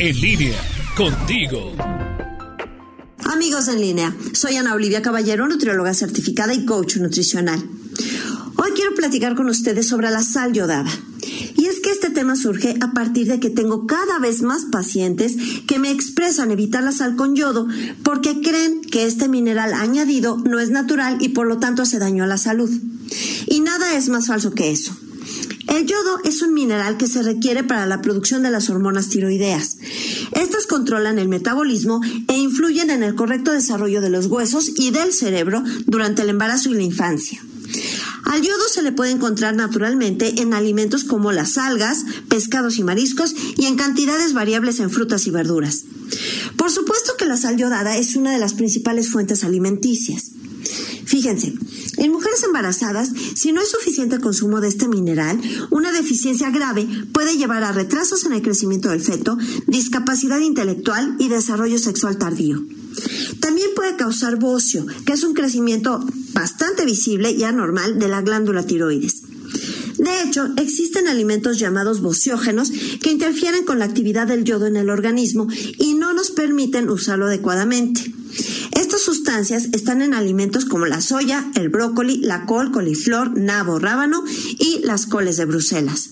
En línea, contigo. Amigos en línea, soy Ana Olivia Caballero, nutrióloga certificada y coach nutricional. Hoy quiero platicar con ustedes sobre la sal yodada. Y es que este tema surge a partir de que tengo cada vez más pacientes que me expresan evitar la sal con yodo porque creen que este mineral añadido no es natural y por lo tanto hace daño a la salud. Y nada es más falso que eso. El yodo es un mineral que se requiere para la producción de las hormonas tiroideas. Estas controlan el metabolismo e influyen en el correcto desarrollo de los huesos y del cerebro durante el embarazo y la infancia. Al yodo se le puede encontrar naturalmente en alimentos como las algas, pescados y mariscos y en cantidades variables en frutas y verduras. Por supuesto que la sal yodada es una de las principales fuentes alimenticias. Fíjense, en mujeres embarazadas, si no hay suficiente consumo de este mineral, una deficiencia grave puede llevar a retrasos en el crecimiento del feto, discapacidad intelectual y desarrollo sexual tardío. También puede causar bocio, que es un crecimiento bastante visible y anormal de la glándula tiroides. De hecho, existen alimentos llamados bociógenos que interfieren con la actividad del yodo en el organismo y no nos permiten usarlo adecuadamente. Estas sustancias están en alimentos como la soya, el brócoli, la col, coliflor, nabo, rábano y las coles de Bruselas.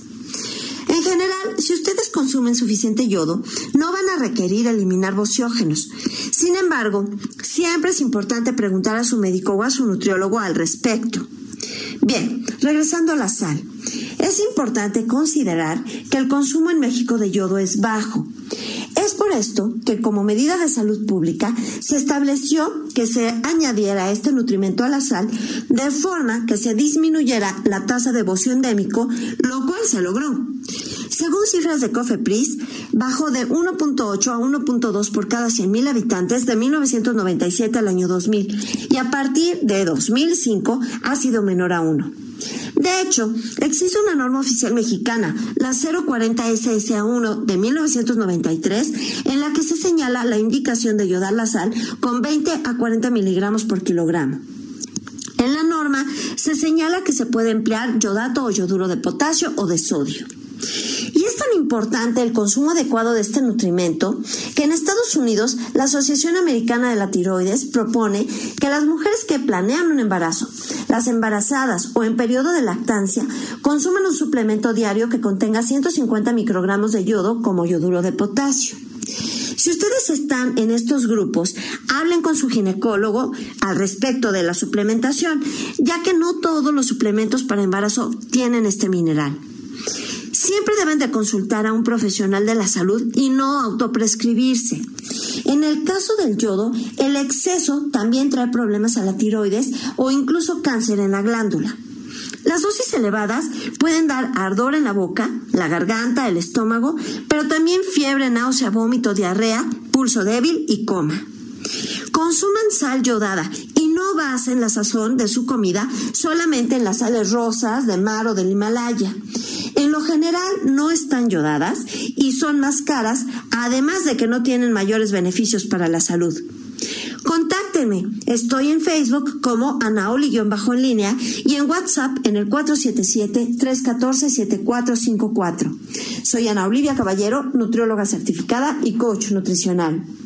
En general, si ustedes consumen suficiente yodo, no van a requerir eliminar bociógenos. Sin embargo, siempre es importante preguntar a su médico o a su nutriólogo al respecto. Bien, regresando a la sal. Es importante considerar que el consumo en México de yodo es bajo. Es por esto que como medida de salud pública se estableció que se añadiera este nutrimento a la sal de forma que se disminuyera la tasa de bocio endémico, lo cual se logró. Según cifras de COFEPRIS, bajó de 1.8 a 1.2 por cada 100,000 habitantes de 1997 al año 2000 y a partir de 2005 ha sido menor a 1. De hecho, existe una norma oficial mexicana, la 040 SSA1 de 1993, en la que se señala la indicación de yodar la sal con 20 a 40 miligramos por kilogramo. En la norma se señala que se puede emplear yodato o yoduro de potasio o de sodio. Y es tan importante el consumo adecuado de este nutrimento que en Estados Unidos la Asociación Americana de la Tiroides propone que las mujeres que planean un embarazo, las embarazadas o en periodo de lactancia consuman un suplemento diario que contenga 150 microgramos de yodo como yoduro de potasio. Si ustedes están en estos grupos, hablen con su ginecólogo al respecto de la suplementación, ya que no todos los suplementos para embarazo tienen este mineral. Siempre deben de consultar a un profesional de la salud y no autoprescribirse. En el caso del yodo, el exceso también trae problemas a la tiroides o incluso cáncer en la glándula. Las dosis elevadas pueden dar ardor en la boca, la garganta, el estómago, pero también fiebre, náusea, vómito, diarrea, pulso débil y coma. Consuman sal yodada y no basen la sazón de su comida solamente en las sales rosas del mar o del Himalaya. En lo general no están yodadas y son más caras, además de que no tienen mayores beneficios para la salud. Contáctenme, estoy en Facebook como Anaoli-en línea y en WhatsApp en el 477-314-7454. Soy Ana Olivia Caballero, nutrióloga certificada y coach nutricional.